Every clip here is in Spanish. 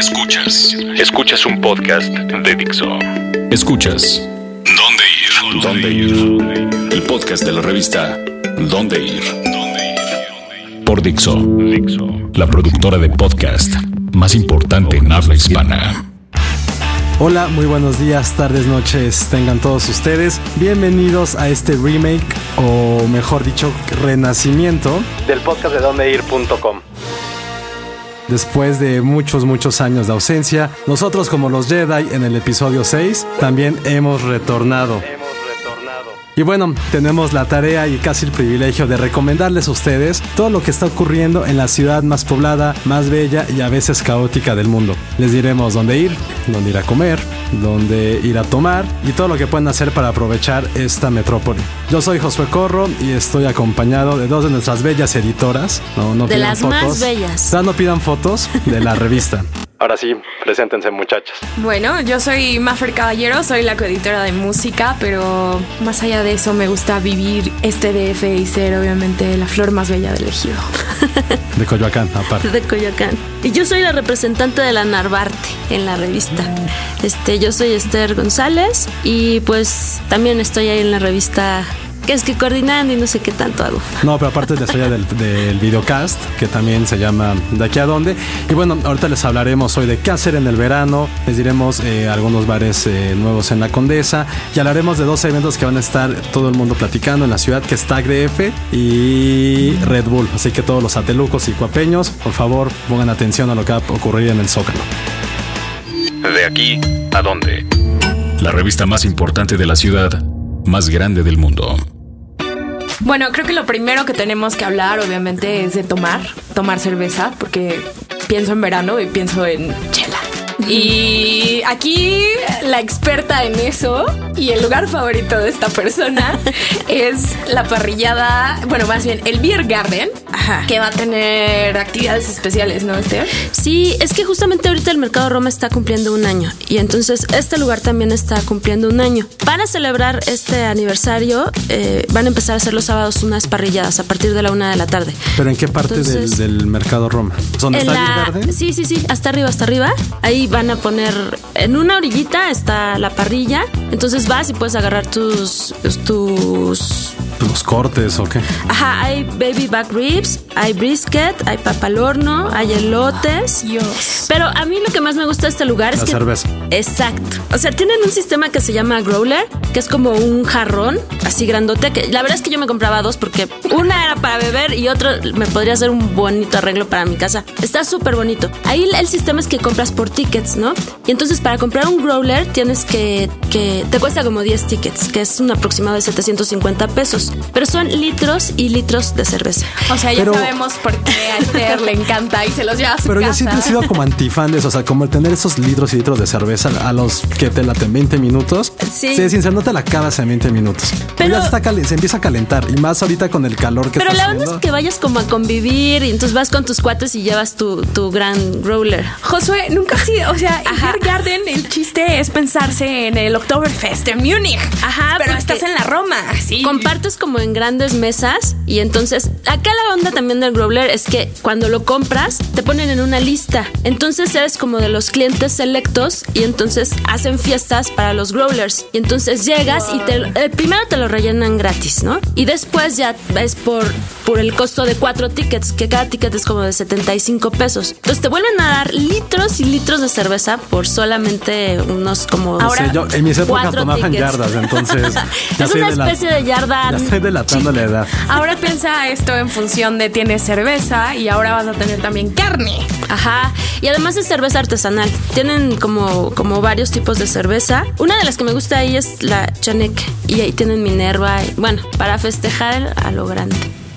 Escuchas un podcast de Dixo. Escuchas ¿Dónde ir? El podcast de la revista ¿Dónde ir? Por Dixo, la productora de podcast más importante en habla hispana. Hola, muy buenos días, tardes, noches, tengan todos ustedes. Bienvenidos a este remake, o mejor dicho, renacimiento del podcast de dondeir.com. Después de muchos años de ausencia, nosotros como los Jedi en el episodio 6 también hemos retornado. Y bueno, tenemos la tarea y casi el privilegio de recomendarles a ustedes todo lo que está ocurriendo en la ciudad más poblada, más bella y a veces caótica del mundo. Les diremos dónde ir a comer, dónde ir a tomar y todo lo que pueden hacer para aprovechar esta metrópoli. Yo soy Josué Corro y estoy acompañado de dos de nuestras bellas editoras. No de pidan las fotos. Más bellas. No pidan fotos de la revista. Ahora sí, preséntense, muchachas. Bueno, yo soy Maffer Caballero, soy la coeditora de música, pero más allá de eso me gusta vivir este DF y ser obviamente la flor más bella del ejido. De Coyoacán, aparte. De Coyoacán. Y yo soy la representante de la Narvarte en la revista. Yo soy Esther González y pues también estoy ahí en la revista. Que es que coordinando y no sé qué tanto hago. No, pero aparte de estrella del videocast, que también se llama ¿De aquí a dónde? Y bueno, ahorita les hablaremos hoy de qué hacer en el verano. Les diremos algunos bares nuevos en la Condesa. Y hablaremos de dos eventos que van a estar todo el mundo platicando en la ciudad, que es TAG DF y Red Bull. Así que todos los atelucos y cuapeños, por favor, pongan atención a lo que va a ocurrir en el Zócalo. De aquí a dónde. La revista más importante de la ciudad, más grande del mundo. Bueno, creo que lo primero que tenemos que hablar obviamente es de tomar cerveza, porque pienso en verano y pienso en chela. Y aquí la experta en eso y el lugar favorito de esta persona es la parrillada, bueno, más bien el Beer Garden. Ajá. Que va a tener actividades especiales, ¿no, Esther? Sí, es que justamente ahorita el Mercado Roma está cumpliendo un año y entonces este lugar también está cumpliendo un año. Para celebrar este aniversario van a empezar a hacer los sábados unas parrilladas a partir de la 1 de la tarde. ¿Pero en qué parte del Mercado Roma? ¿Dónde está el Beer Garden? Sí, hasta arriba. Ahí van a poner, en una orillita está la parrilla, entonces vas y puedes agarrar tus ¿los cortes o qué? Ajá, hay baby back ribs, hay brisket, hay papa al horno, hay elotes. Dios. Pero a mí lo que más me gusta de este lugar es la cerveza. Exacto. O sea, tienen un sistema que se llama growler, que es como un jarrón así grandote, que la verdad es que yo me compraba dos porque una era para beber y otro me podría hacer un bonito arreglo para mi casa. Está súper bonito. Ahí el sistema es que compras por tickets, ¿no? Y entonces para comprar un growler tienes que te cuesta como 10 tickets, que es un aproximado de 750 pesos. Pero son litros y litros de cerveza. O sea, ya sabemos por qué a Esther le encanta y se los lleva a su pero casa. Yo siempre he sido como antifan de eso. O sea, como el tener esos litros y litros de cerveza a los que te laten 20 minutos. Sí, sincero, no te la acabas en 20 minutos. Pero ya se empieza a calentar. Y más ahorita con el calor que está haciendo. Pero la onda es que vayas como a convivir y entonces vas con tus cuates y llevas tu gran growler. Josué, nunca ha sido, o sea, en Beer Garden el chiste es pensarse en el Oktoberfest en Múnich. Ajá, pero estás en la Roma. Sí. Compartes como en grandes mesas y entonces acá la onda también del growler es que cuando lo compras te ponen en una lista. Entonces eres como de los clientes selectos y entonces hacen fiestas para los growlers. Y entonces llegas y primero te lo rellenan gratis, ¿no? Y después ya es por el costo de 4 tickets, que cada ticket es como de 75 pesos. Entonces te vuelven a dar litros y litros de cerveza por solamente unos como... Ahora, sí, yo en mis épocas tomaban yardas, entonces... Es una especie de yarda. Ya estoy delatando la edad. Ahora piensa esto en función de tienes cerveza y ahora vas a tener también carne. Ajá. Y además es cerveza artesanal. Tienen como varios tipos de cerveza. Una de las que me gusta ahí es la Chanek. Y ahí tienen Minerva. Bueno, para festejar a lo grande.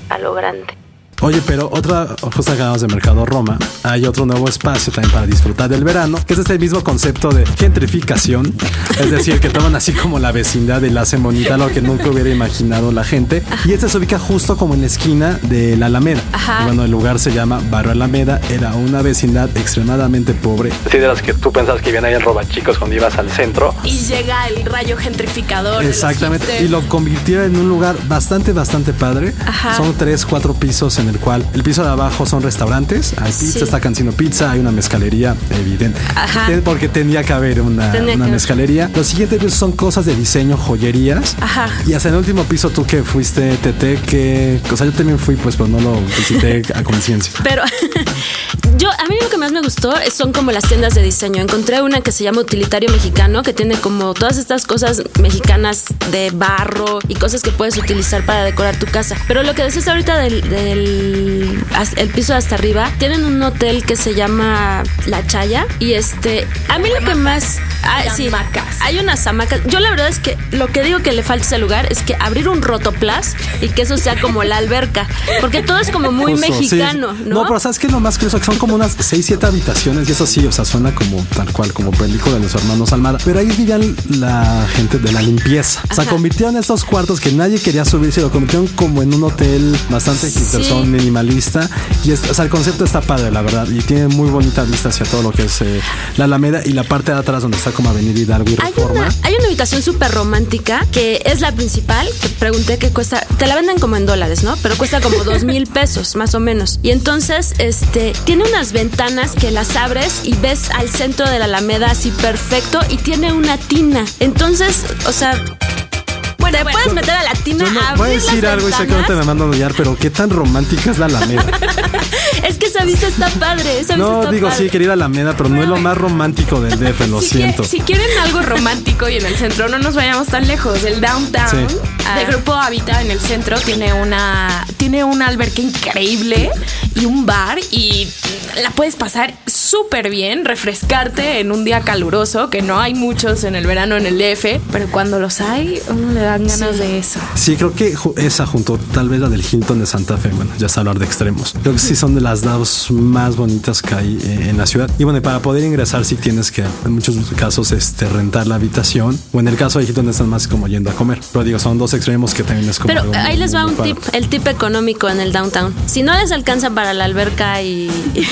Oye, pero justo acabamos de Mercado Roma, hay otro nuevo espacio también para disfrutar del verano, que es este mismo concepto de gentrificación, es decir, que toman así como la vecindad y la hacen bonita, lo que nunca hubiera imaginado la gente. Y este se ubica justo como en la esquina de la Alameda. Ajá. Bueno, el lugar se llama Barrio Alameda, era una vecindad extremadamente pobre. Sí, de las que tú pensabas que vivían ahí en Robachicos cuando ibas al centro. Y llega el rayo gentrificador. Exactamente, y lo convirtieron en un lugar bastante padre. Ajá. Son 3-4 pisos en el cual el piso de abajo son restaurantes, hay pizza, está Cancino Pizza, hay una mezcalería, evidente. Ajá. Porque tenía que haber una mezcalería. Los siguientes pisos son cosas de diseño, joyerías. Ajá. Y hasta el último piso, tú que fuiste, Tete, que... O sea, yo también fui, pues, pero no lo visité a conciencia. Pero a mí lo que más me gustó son como las tiendas de diseño. Encontré una que se llama Utilitario Mexicano, que tiene como todas estas cosas mexicanas de barro y cosas que puedes utilizar para decorar tu casa. Pero lo que decías ahorita del piso de hasta arriba, tienen un hotel que se llama La Chaya y a mí lo que más... sí, hay unas hamacas. Yo la verdad es que lo que digo que le falta a ese lugar es que abrir un rotoplas y que eso sea como la alberca, porque todo es como muy mexicano, sí. ¿No? No, pero ¿sabes qué es lo más curioso? Que son como unas 6-7 habitaciones y eso sí, o sea, suena como tal cual, como película de los hermanos Almada. Pero ahí vivían la gente de la limpieza. O sea, convirtieron estos cuartos que nadie quería subirse, lo convirtieron como en un hotel bastante hipsterson, minimalista. Y o sea, el concepto está padre, la verdad, y tiene muy bonita vista hacia todo lo que es la Alameda y la parte de atrás donde está como Avenida Hidalgo y Reforma. Hay una habitación súper romántica que es la principal, que pregunté que cuesta, te la venden como en dólares, ¿no? Pero cuesta como 2,000 pesos, más o menos. Y entonces, tiene unas ventanas que las abres y ves al centro de la Alameda así perfecto y tiene una tina. Entonces, o sea... Bueno, te puedes meter a la tina, voy a decir algo y sé que no te me mando a odiar, pero qué tan romántica es la Alameda. Es que esa vista está padre. Sí, querida Alameda, pero no es lo más romántico del DF, lo siento. Si quieren algo romántico y en el centro, no nos vayamos tan lejos. El Downtown de Grupo Habita en el centro tiene una alberca increíble y un bar y la puedes pasar súper bien, refrescarte en un día caluroso, que no hay muchos en el verano en el DF, pero cuando los hay, uno le dan ganas de eso. Sí, creo que esa junto tal vez la del Hilton de Santa Fe, bueno, ya es hablar de extremos. Creo que sí son de las dos más bonitas que hay en la ciudad. Y bueno, para poder ingresar sí tienes que, en muchos casos, rentar la habitación, o en el caso de Hilton están más como yendo a comer. Pero digo, son dos extremos que también es como... Pero ahí les va un tip, el tip económico en el Downtown. Si no les alcanza para la alberca y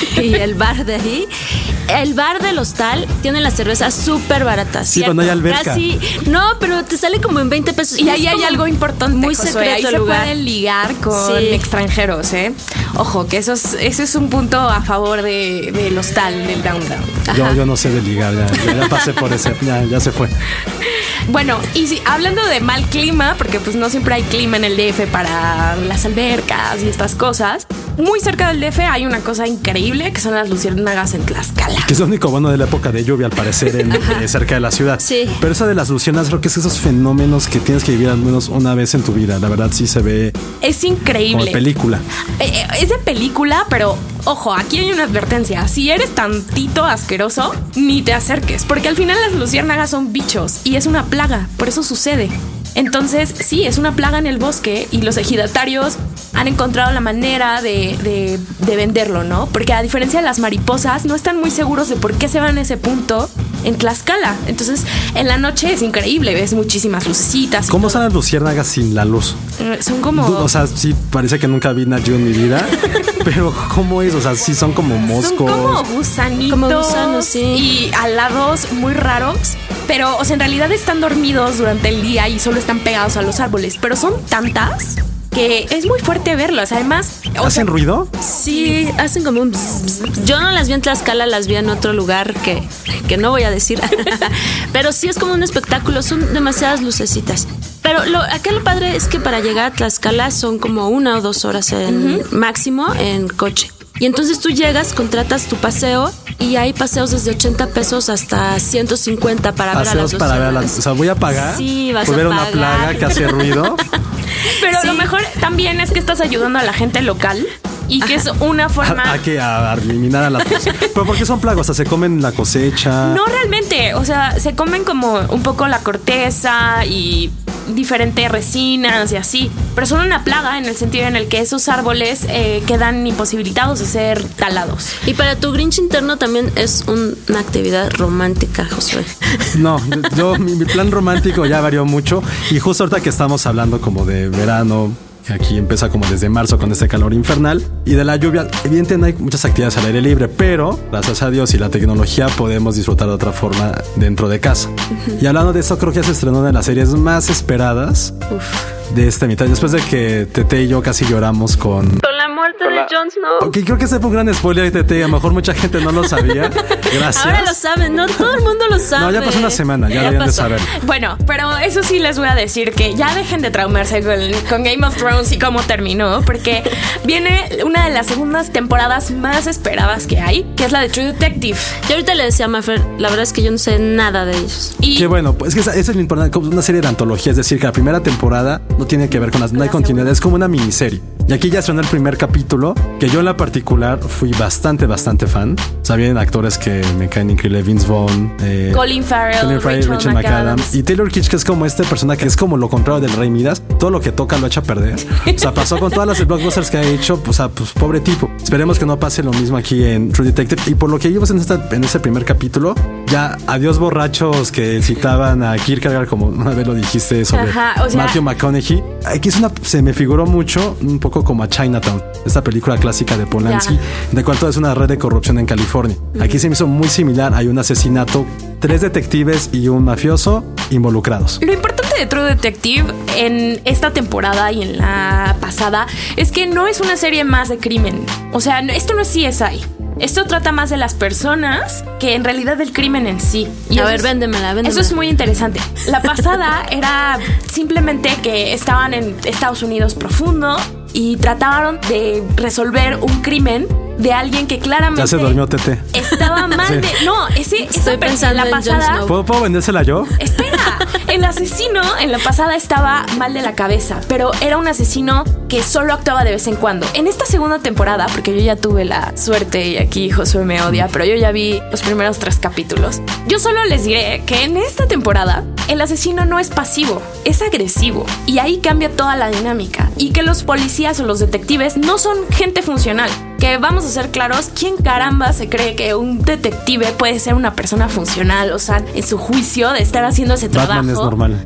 el bar de ahí, el bar del hostal tiene las cervezas súper baratas. Sí, pero no hay alberca. No, pero te sale como en 20 pesos. Y ahí hay algo importante, muy secreto. Ahí se pueden ligar con extranjeros, Ojo, que ese es un punto a favor del hostal, del Downtown. Yo no sé de ligar, ya pasé por ese, ya se fue. Bueno, y si hablando de mal clima, porque pues no siempre hay clima en el DF para las albercas y estas cosas, muy cerca del DF hay una cosa increíble que son las luciérnagas en Tlaxcala. Que es lo único bueno de la época de lluvia, al parecer, cerca de la ciudad. Sí. Pero esa de las luciérnagas creo que es esos fenómenos que tienes que vivir al menos una vez en tu vida. La verdad sí se ve... Es increíble. Como película. Es de película, pero ojo, aquí hay una advertencia. Si eres tantito asqueroso, ni te acerques, porque al final las luciérnagas son bichos y es una plaga, por eso sucede. Entonces, sí, es una plaga en el bosque y los ejidatarios han encontrado la manera de venderlo, ¿no? Porque a diferencia de las mariposas, no están muy seguros de por qué se van a ese punto en Tlaxcala. Entonces, en la noche es increíble, ves muchísimas lucecitas. ¿Cómo son las luciérnagas sin la luz? Son como... O sea, sí, parece que nunca vi Nat Geo en mi vida, pero ¿cómo es? O sea, sí son como moscos. Son como gusanitos. Como gusanos, sí. Y alados muy raros. Pero, o sea, en realidad están dormidos durante el día y solo están pegados a los árboles. Pero son tantas que es muy fuerte verlos. Además... ¿Hacen ruido? Sí, hacen como un... Yo no las vi en Tlaxcala, las vi en otro lugar que no voy a decir. Pero sí es como un espectáculo, son demasiadas lucecitas. Pero acá lo padre es que para llegar a Tlaxcala son como 1 o 2 horas máximo en coche. Y entonces tú llegas, contratas tu paseo y hay paseos desde 80 pesos hasta 150 para ver a las luciérnagas. O sea, voy a pagar por ver una plaga que hace ruido. Pero lo mejor también es que estás ayudando a la gente local y que es una forma... A eliminar a las cosas. ¿Pero por qué son plagas? O sea, ¿se comen la cosecha? No realmente, o sea, se comen como un poco la corteza y diferentes resinas y así, pero son una plaga en el sentido en el que esos árboles quedan imposibilitados de ser talados. Y para tu Grinch interno también es una actividad romántica, Josué. No, mi plan romántico ya varió mucho y justo ahorita que estamos hablando como de verano, que aquí empieza como desde marzo con este calor infernal y de la lluvia, evidentemente no hay muchas actividades al aire libre, pero gracias a Dios y la tecnología podemos disfrutar de otra forma dentro de casa. Y hablando de eso, creo que ya se estrenó una de las series más esperadas de esta mitad, después de que Tete y yo casi lloramos con la muerte muerte de Jon Snow. Ok, creo que ese fue un gran spoiler, Tete. A lo mejor mucha gente no lo sabía. Gracias. Ahora lo saben, no todo el mundo lo sabe. No, ya pasó una semana, ya deberían de saber. Bueno, pero eso sí les voy a decir que ya dejen de traumarse con Game of Thrones y cómo terminó, porque viene una de las segundas temporadas más esperadas que hay, que es la de True Detective. Yo ahorita le decía a Mafer, la verdad es que yo no sé nada de ellos. Y qué bueno, pues es que esa es lo importante, como una serie de antología, es decir, que la primera temporada no tiene que ver con no hay continuidad, es como una miniserie. Y aquí ya estrenó el primer capítulo, que yo en la particular fui bastante fan. O sea, vienen actores que me caen increíble, Vince Vaughn, Colin Farrell, Rachel McAdams y Taylor Kitsch, que es como este persona que es como lo contrario del Rey Midas, todo lo que toca lo echa a perder. O sea, pasó con todas las blockbusters que ha hecho, pues pobre tipo. Esperemos que no pase lo mismo aquí en True Detective. Y por lo que vimos en ese primer capítulo, ya adiós borrachos que citaban a Kierkegaard, como una vez lo dijiste sobre Matthew McConaughey. Aquí se me figuró mucho, un poco como a Chinatown, esta película clásica de Polanski, de cuanto es una red de corrupción en California. Aquí se me hizo muy similar, hay un asesinato, 3 detectives y un mafioso involucrados. Lo importante de True Detective en esta temporada y en la pasada es que no es una serie más de crimen. O sea, esto no es CSI. Esto trata más de las personas que en realidad del crimen en sí. Y a ver, véndemela. Eso es muy interesante. La pasada era simplemente que estaban en Estados Unidos profundo y trataron de resolver un crimen de alguien que claramente ya se durmió, Tete. Estaba mal de... No, estoy pensando en la pasada. ¿Puedo vendérsela yo? Espera, el asesino en la pasada estaba mal de la cabeza, pero era un asesino que solo actuaba de vez en cuando. En esta segunda temporada, porque yo ya tuve la suerte y aquí Josué me odia, pero yo ya vi los primeros 3 capítulos. Yo solo les diré que en esta temporada el asesino no es pasivo, es agresivo, y ahí cambia toda la dinámica. Y que los policías o los detectives no son gente funcional. Que vamos a ser claros, ¿quién caramba se cree que un detective puede ser una persona funcional? O sea, en su juicio de estar haciendo ese trabajo. Batman es normal.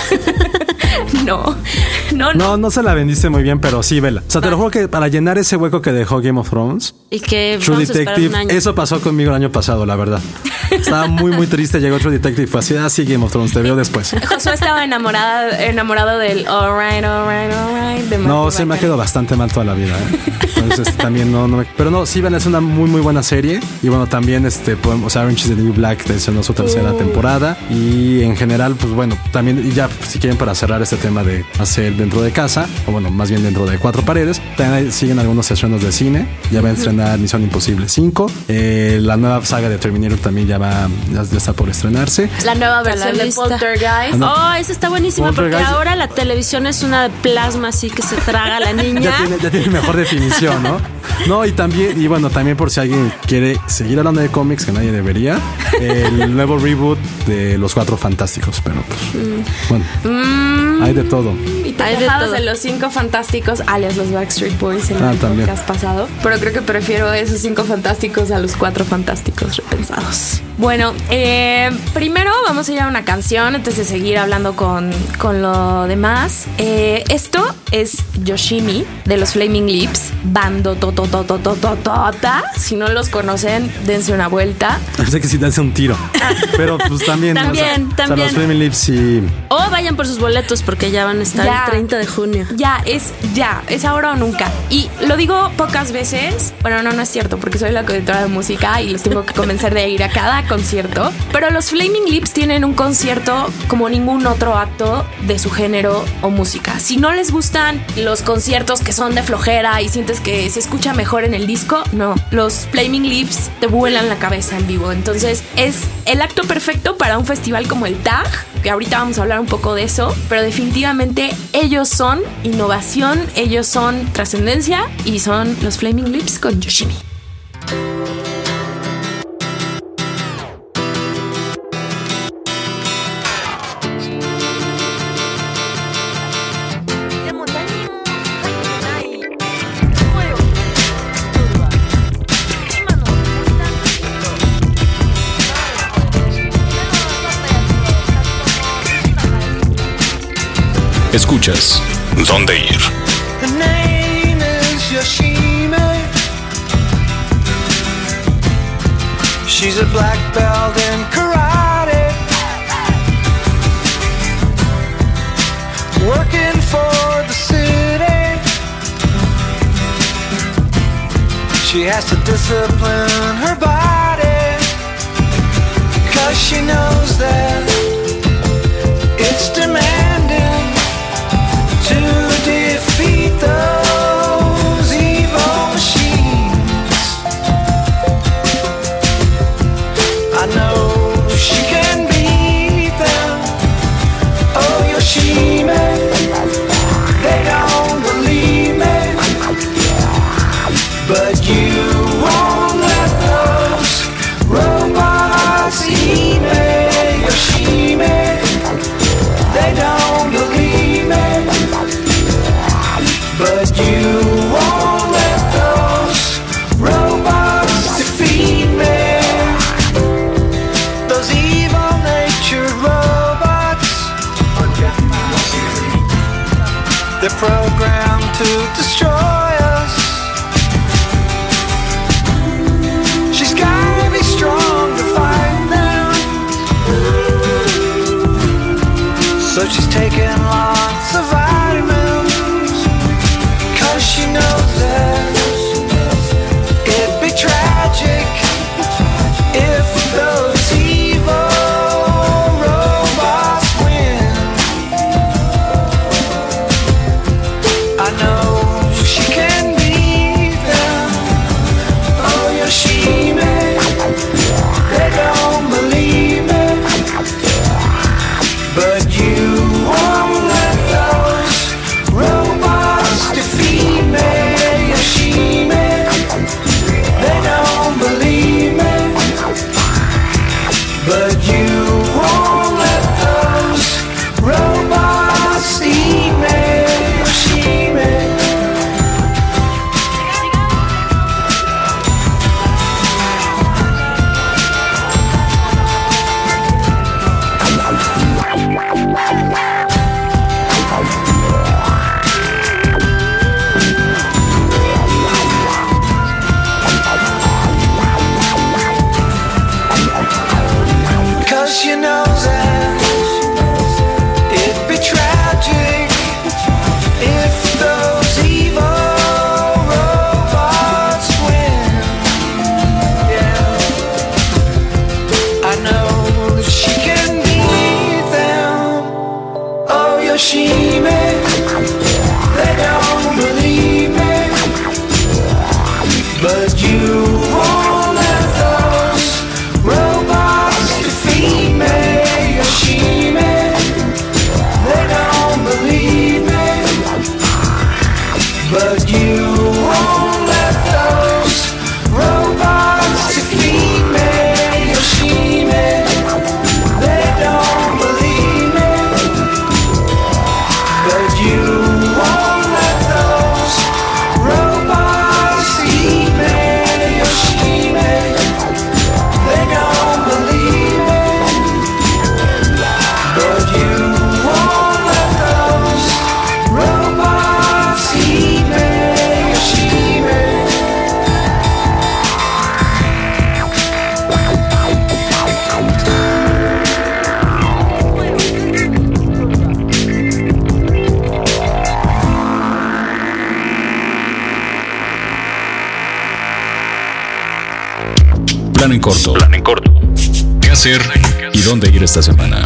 No se la vendiste muy bien, pero sí, vela. O sea, te lo juro que para llenar ese hueco que dejó Game of Thrones y que True Detective, eso pasó conmigo el año pasado, la verdad. Estaba muy triste, llegó True Detective y fue así, Game of Thrones, te veo después. Josué estaba enamorado del alright de no, se me ha quedado bastante mal toda la vida, Entonces también no me... Pero no, sí, ven, es una muy buena serie. Y bueno, también podemos, Orange is the New Black estrenó su tercera temporada. Y en general, pues bueno, también, y ya si quieren para cerrar este tema de hacer dentro de casa, o bueno, más bien dentro de 4 paredes, también siguen algunos estrenos de cine. Ya va a estrenar Misión Imposible 5. La nueva saga de Terminator también ya está por estrenarse. La nueva versión de Poltergeist. Esa está buenísima porque ahora la televisión es una plasma así que se traga a la niña. ya tiene mejor definición, ¿no? No, y también por si alguien quiere seguir hablando de cómics, que nadie debería, el nuevo reboot de Los 4 Fantásticos, pero pues bueno, hay de todo. Y te dejabas de los 5 Fantásticos, alias los Backstreet Boys en el podcast pasado, pero creo que prefiero esos 5 Fantásticos a los 4 Fantásticos repensados. Bueno, primero vamos a ir a una canción antes de seguir hablando con lo demás. Esto es Yoshimi de los Flaming Lips, bando si no los conocen, dense una vuelta. Pensé que sí dense un tiro, pero pues también. También. O sea, los Flaming Lips y... O vayan por sus boletos porque ya van a estar el 30 de junio. Es ahora o nunca. Y lo digo pocas veces. Bueno, no es cierto, porque soy la coeditora de música y los tengo que convencer de ir a cada concierto. Pero los Flaming Lips tienen un concierto como ningún otro acto de su género o música. Si no les gustan los conciertos que son de flojera y sientes que se escucha mejor en el disco, no. Los Flaming Lips te vuelan la cabeza en vivo. Entonces es el acto perfecto para un festival como el TAG, que ahorita vamos a hablar un poco de eso, pero definitivamente ellos son innovación, ellos son trascendencia y son los Flaming Lips con Yoshimi. Escuchas ¿Dónde ir? The name is Yoshimi. She's a black belt in karate, working for the city. She has to discipline her body, 'cause she knows that it's demanding to defeat those evil machines. I know she can beat them. Oh, Yoshime, they don't believe me, but you won't let those robots eat me. Yoshime, they don't believe me, but you won't let those robots defeat me. Those evil-natured robots, they're programmed to destroy us. She's gotta be strong to fight them, so she's taking lots of vitamins, 'cause she knows that it'd be tragic if those evil robots win. I know she can beat them. Oh, Yoshime, they don't believe me, but you won't let those robots defeat me. Yoshime, they don't believe me, but you won't let those robots eat me. Yoshime. Cause you know that it'd be tragic if those evil robots win. Yeah, I know that she can beat them. Oh, Yoshime, they don't believe me, but you won't let those robots defeat me. Yoshime, they don't believe me, but you won't let those robots defeat me. Yoshime, they don't believe me, but you won't let those robots eat me. Yoshime, they don't believe me, but you won't let those robots eat me. Yoshime. Plan en corto. ¿Qué hacer y dónde ir esta semana?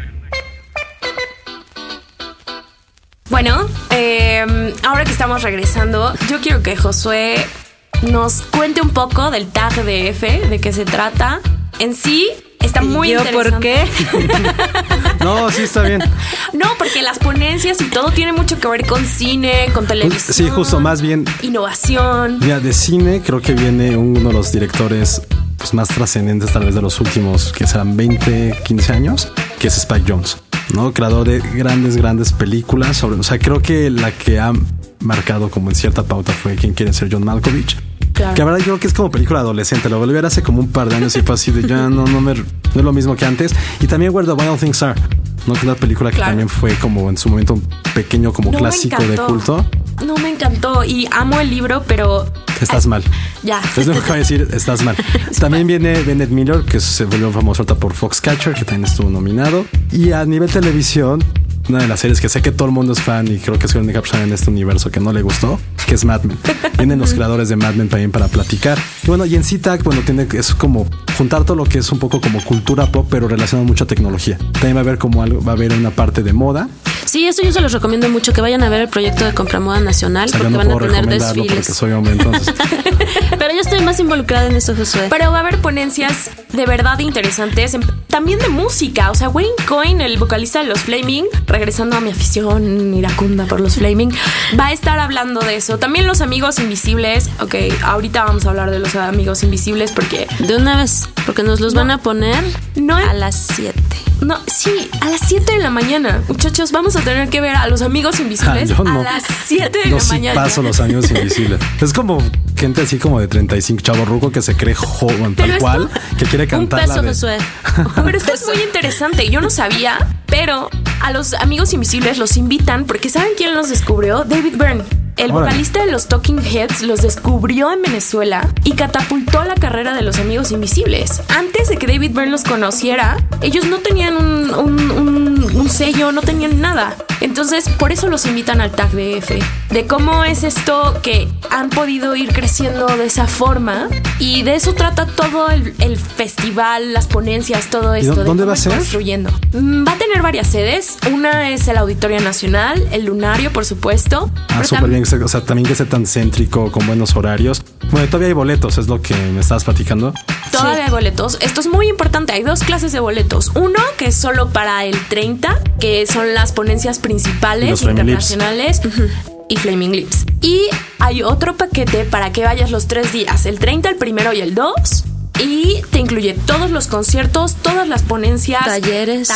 Bueno, ahora que estamos regresando, yo quiero que Josué nos cuente un poco del tag de F, de qué se trata. En sí, está muy ¿Yo interesante. por qué? No, sí está bien. No, porque las ponencias y todo tiene mucho que ver con cine, con televisión. Sí, justo, más bien. Innovación. Mira, de cine creo que viene uno de los directores pues, más trascendentes tal vez de los últimos, que serán 20, 15 años, que es Spike Jonze, ¿no? Creador de grandes películas sobre... O sea, creo que la que ha marcado como en cierta pauta fue Quién quiere ser John Malkovich. Claro. Que la verdad yo creo que es como película adolescente. Lo volví a ver hace como un par de años y fue así de ya no es lo mismo que antes. Y también Where the Wild Things Are, ¿no? Que es una película que también fue como en su momento un pequeño como clásico de culto. No, me encantó y amo el libro, pero... Estás mal. Ya. Es lo que voy a decir, estás mal. También viene Bennett Miller, que se volvió famoso ahorita por Foxcatcher, que también estuvo nominado. Y a nivel televisión, una de las series que sé que todo el mundo es fan y creo que es la única persona en este universo que no le gustó, que es Mad Men. Vienen los creadores de Mad Men también para platicar. Y bueno, y en CTAC, bueno, es como juntar todo lo que es un poco como cultura pop, pero relacionado mucho a tecnología. También va a haber como algo, va a haber una parte de moda. Sí, eso yo se los recomiendo mucho, que vayan a ver el proyecto de Compramoda Nacional, porque van a tener desfiles. Porque soy hombre, entonces. Pero yo estoy más involucrada en eso, Josué. Pero va a haber ponencias de verdad interesantes, también de música. O sea, Wayne Coyne, el vocalista de los Flaming, regresando a mi afición iracunda por los Flaming, va a estar hablando de eso. También los Amigos Invisibles. Ok, ahorita vamos a hablar de los Amigos Invisibles porque... De una vez, porque nos los van a poner a las 7. No, sí, a las 7 de la mañana. Muchachos, vamos a tener que ver a los Amigos Invisibles a las 7 de la mañana. No, sí paso los Amigos Invisibles. Es como gente así como de 35, chavorruco que se cree joven, tal cual, que quiere cantar. Un peso, Josué. Pero esto es muy interesante. Yo no sabía, pero a los Amigos Invisibles los invitan porque ¿saben quién los descubrió? David Byrne. El vocalista de los Talking Heads los descubrió en Venezuela y catapultó la carrera de los Amigos Invisibles. Antes de que David Byrne los conociera, ellos no tenían un sello, no tenían nada. Entonces, por eso los invitan al TAC DF. De cómo es esto que han podido ir creciendo de esa forma. Y de eso trata todo el festival, las ponencias, todo esto. ¿Dónde va a ser? Construyendo. Va a tener varias sedes. Una es el Auditorio Nacional, el Lunario, por supuesto. Súper bien. O sea, también que sea tan céntrico, con buenos horarios. Bueno, todavía hay boletos, es lo que me estabas platicando. Todavía hay boletos. Esto es muy importante. Hay 2 clases de boletos. Uno que es solo para el 30, que son las ponencias principales internacionales. Y Flaming Lips. Y hay otro paquete para que vayas los 3 días. El 30, el 1 y el 2. Y te incluye todos los conciertos, todas las ponencias, talleres,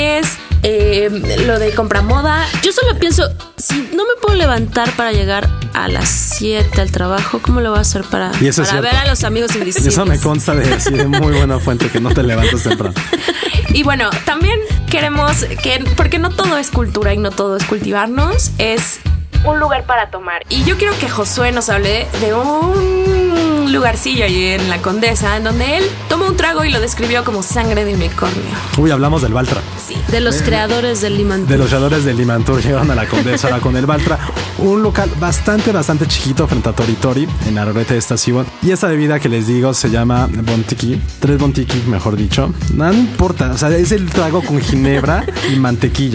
lo de Compramoda. Yo solo pienso, si no me puedo levantar para llegar a las 7 al trabajo, ¿cómo lo voy a hacer para ver a los Amigos Invisibles? Y eso me consta de muy buena fuente, que no te levantas temprano. Y bueno, también queremos que, porque no todo es cultura y no todo es cultivarnos, es un lugar para tomar. Y yo quiero que Josué nos hable de un lugarcillo allí en la Condesa, en donde él tomó un trago y lo describió como sangre de unicornio. Uy, hablamos del Baltra. Sí. De los creadores del Limantur. De los creadores del Limantur llegaron a la Condesa ahora con el Baltra. Un local bastante chiquito frente a Tori, en la ruleta de estación. Y esta bebida que les digo se llama Bontiki. 3 Bontiki, mejor dicho. No importa, o sea, es el trago con ginebra y mantequilla.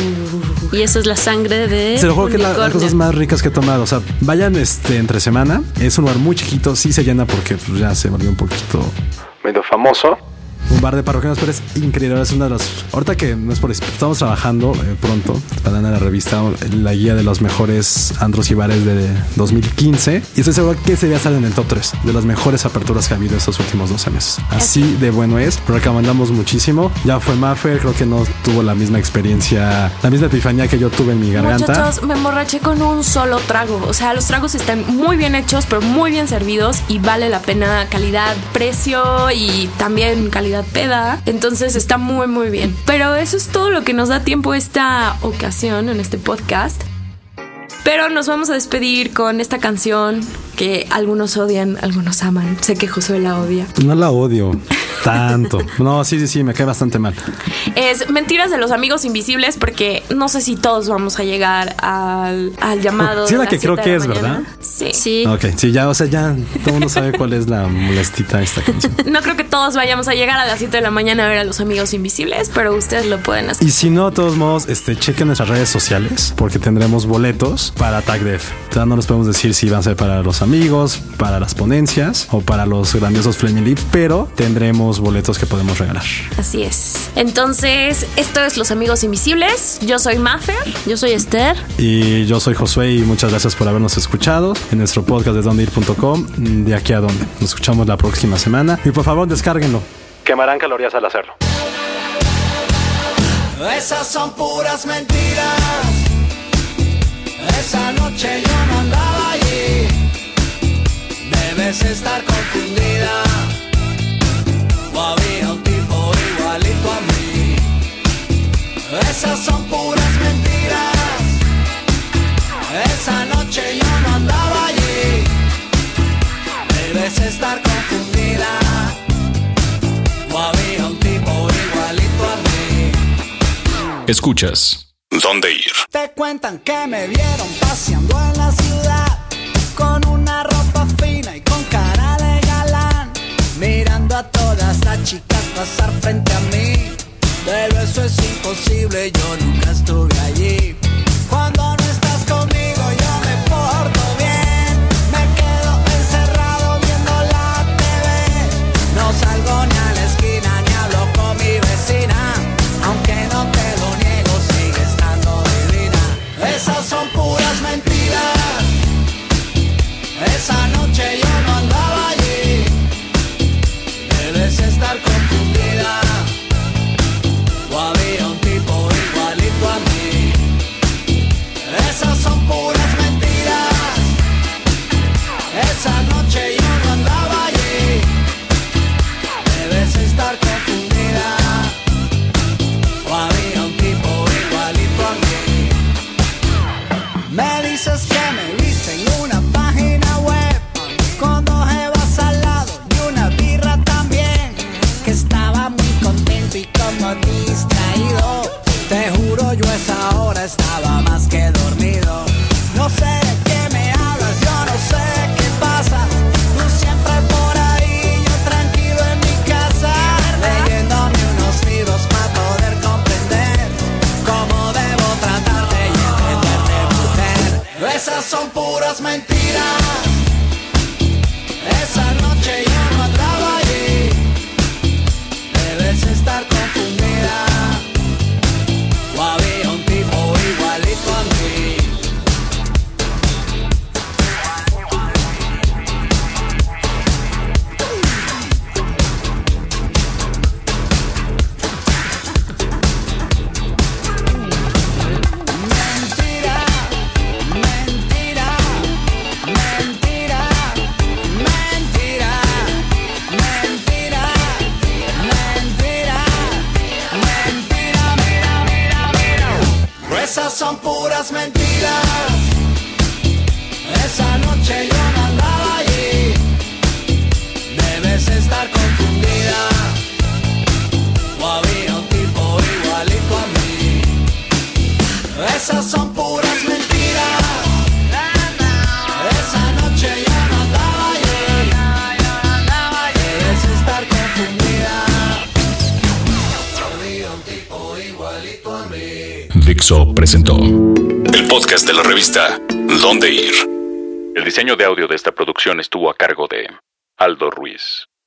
Y eso es la sangre de se lo juro que es las cosas más ricas que he tomado. O sea, vayan entre semana. Es un lugar muy chiquito. Sí se llena porque pues, ya se volvió un poquito medio famoso. Un bar de parroquianos, pero es increíble. Es una de las... Ahorita que no es por eso, estamos trabajando pronto para la revista la guía de los mejores antros y bares de 2015. Y estoy seguro que ese día sale en el top 3 de las mejores aperturas que ha habido estos últimos 12 meses. Así de bueno es. Lo recomendamos muchísimo. Ya fue Maffer, creo que no tuvo la misma experiencia, la misma epifanía que yo tuve en mi garganta. Muchachos, me emborraché con un solo trago. O sea, los tragos están muy bien hechos, pero muy bien servidos y vale la pena calidad, precio y también calidad peda. Entonces está muy bien. Pero eso es todo lo que nos da tiempo esta ocasión en este podcast. Pero nos vamos a despedir con esta canción que algunos odian, algunos aman. Sé que Josué la odia. No la odio tanto. No, sí, me cae bastante mal. Es Mentiras de los Amigos Invisibles, porque no sé si todos vamos a llegar al llamado. Sí, la que creo que es, ¿verdad? Sí. Ok, sí, ya, o sea, ya todo el mundo sabe cuál es la molestita de esta canción. No creo que todos vayamos a llegar a las 7 de la mañana a ver a los Amigos Invisibles, pero ustedes lo pueden hacer. Y si no, de todos modos, chequen nuestras redes sociales, porque tendremos boletos para TAC DF. Todavía no les podemos decir si van a ser para los amigos, para las ponencias o para los grandiosos Flaming Lips, pero tendremos boletos que podemos regalar. Así es. Entonces, esto es Los Amigos Invisibles. Yo soy Maffer. Yo soy Esther. Y yo soy Josué, y muchas gracias por habernos escuchado en nuestro podcast de dondeir.com. De aquí a donde. Nos escuchamos la próxima semana. Y por favor, descárguenlo. Quemarán calorías al hacerlo. Esas son puras mentiras. Esa noche yo no andaba allí. Debes estar confundida. O había un tipo igualito a mí. Esas son puras mentiras. Esa noche yo no andaba allí. Debes estar confundida. O había un tipo igualito a mí. Escuchas dónde ir. Te cuentan que me vieron paseando en la ciudad con una ropa fina y con cara de galán, mirando a todas las chicas pasar frente a mí. Pero eso es imposible, yo nunca estuve allí. Cuando no estás conmigo yo me porto bien, me quedo encerrado viendo la TV. No salgo ni a la esquina ni hablo con mi vecina, aunque no te lo niego, sigue estando divina. Esas son puras mentiras, esa noche yo no andaba allí. Debes estar confundida, o había un tipo igualito a mí. Esas son puras mentiras, esa noche yo no andaba allí. Debes estar confundida, o había un tipo igualito a mí. Me dices que me viste en una página web con 2 evas al lado y una birra también, que estaba muy contento y como distraído. Te juro yo a esa hora estaba más que dormido. No sé de qué me hablas, yo no sé qué pasa. Tú siempre por ahí, yo tranquilo en mi casa, leyéndome unos libros para poder comprender cómo debo tratarte y entenderte, mujer. Esas son puras mentiras, esa noche yo no andaba allí. Debes estar confundida, o había un tipo igualito a mí. Mentira, mentira, mentira, mentira, mentira, mentira, mentira, mira, mira, mira. Esas son puras mentiras, esa noche yo no andaba allí. Debes estar confundida, o había un tipo igualito a mí. Esas son puras mentiras, esa noche yo no andaba allí. Debes estar confundida, o había un tipo igualito a mí. Dixo presentó el podcast de la revista Dónde Ir. El diseño de audio de esta producción estuvo a cargo de Aldo Ruiz.